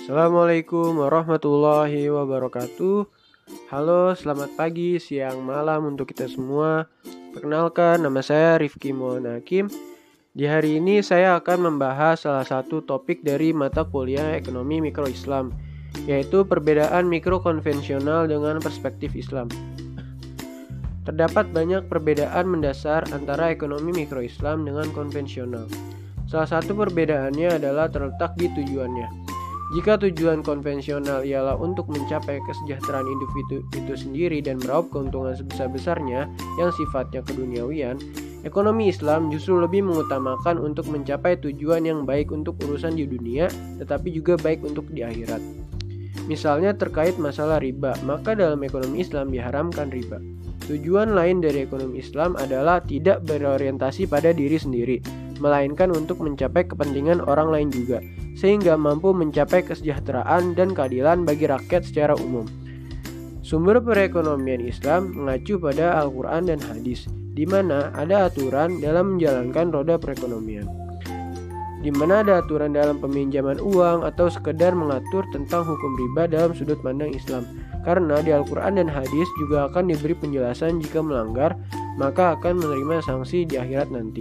Assalamualaikum warahmatullahi wabarakatuh. Halo, selamat pagi, siang, malam untuk kita semua. Perkenalkan, nama saya Rifki Muhammad Hakim. Di hari ini saya akan membahas salah satu topik dari mata kuliah Ekonomi Mikro Islam, yaitu perbedaan mikro konvensional dengan perspektif Islam. Terdapat banyak perbedaan mendasar antara ekonomi mikro Islam dengan konvensional. Salah satu perbedaannya adalah terletak di tujuannya. Jika tujuan konvensional ialah untuk mencapai kesejahteraan individu itu sendiri dan meraup keuntungan sebesar-besarnya yang sifatnya keduniawian, ekonomi Islam justru lebih mengutamakan untuk mencapai tujuan yang baik untuk urusan di dunia, tetapi juga baik untuk di akhirat. Misalnya terkait masalah riba, maka dalam ekonomi Islam diharamkan riba. Tujuan lain dari ekonomi Islam adalah tidak berorientasi pada diri sendiri, melainkan untuk mencapai kepentingan orang lain juga, sehingga mampu mencapai kesejahteraan dan keadilan bagi rakyat secara umum. Sumber perekonomian Islam mengacu pada Al-Quran dan hadis, di mana ada aturan dalam menjalankan roda perekonomian, di mana ada aturan dalam peminjaman uang atau sekedar mengatur tentang hukum riba dalam sudut pandang Islam. Karena di Al-Quran dan hadis juga akan diberi penjelasan jika melanggar, maka akan menerima sanksi di akhirat nanti.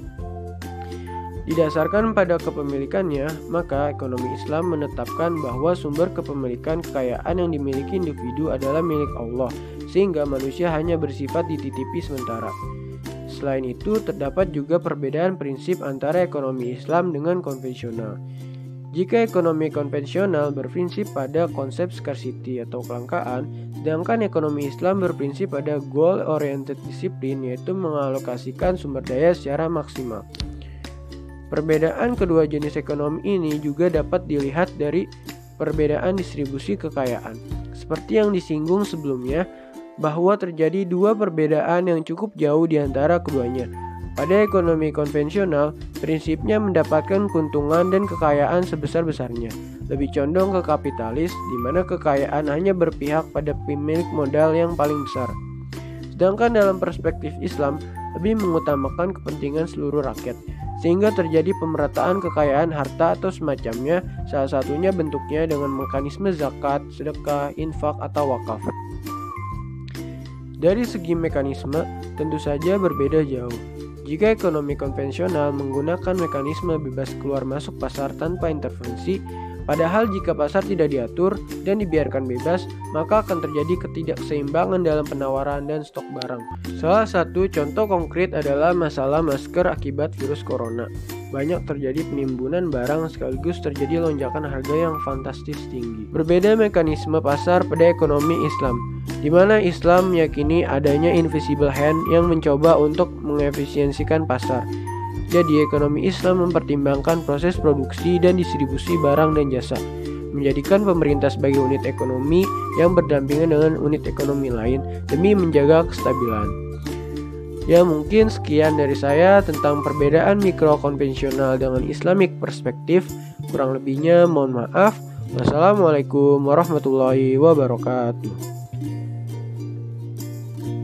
Didasarkan pada kepemilikannya, maka ekonomi Islam menetapkan bahwa sumber kepemilikan kekayaan yang dimiliki individu adalah milik Allah, sehingga manusia hanya bersifat dititipi sementara. Selain itu, terdapat juga perbedaan prinsip antara ekonomi Islam dengan konvensional. Jika ekonomi konvensional berprinsip pada konsep scarcity atau kelangkaan, sedangkan ekonomi Islam berprinsip pada goal-oriented disiplin, yaitu mengalokasikan sumber daya secara maksimal. Perbedaan kedua jenis ekonomi ini juga dapat dilihat dari perbedaan distribusi kekayaan. Seperti yang disinggung sebelumnya, bahwa terjadi dua perbedaan yang cukup jauh di antara keduanya. Pada ekonomi konvensional, prinsipnya mendapatkan keuntungan dan kekayaan sebesar-besarnya, lebih condong ke kapitalis, di mana kekayaan hanya berpihak pada pemilik modal yang paling besar. Sedangkan dalam perspektif Islam, lebih mengutamakan kepentingan seluruh rakyat, sehingga terjadi pemerataan kekayaan harta atau semacamnya, salah satunya bentuknya dengan mekanisme zakat, sedekah, infak, atau wakaf. Dari segi mekanisme, tentu saja berbeda jauh. Jika ekonomi konvensional menggunakan mekanisme bebas keluar masuk pasar tanpa intervensi, padahal jika pasar tidak diatur dan dibiarkan bebas, maka akan terjadi ketidakseimbangan dalam penawaran dan stok barang. Salah satu contoh konkret adalah masalah masker akibat virus corona. Banyak terjadi penimbunan barang sekaligus terjadi lonjakan harga yang fantastis tinggi. Berbeda mekanisme pasar pada ekonomi Islam, di mana Islam meyakini adanya invisible hand yang mencoba untuk mengefisiensikan pasar. Jadi ekonomi Islam mempertimbangkan proses produksi dan distribusi barang dan jasa, menjadikan pemerintah sebagai unit ekonomi yang berdampingan dengan unit ekonomi lain demi menjaga kestabilan. Ya, mungkin sekian dari saya tentang perbedaan mikro konvensional dengan Islamic perspektif. Kurang lebihnya mohon maaf. Wassalamualaikum warahmatullahi wabarakatuh.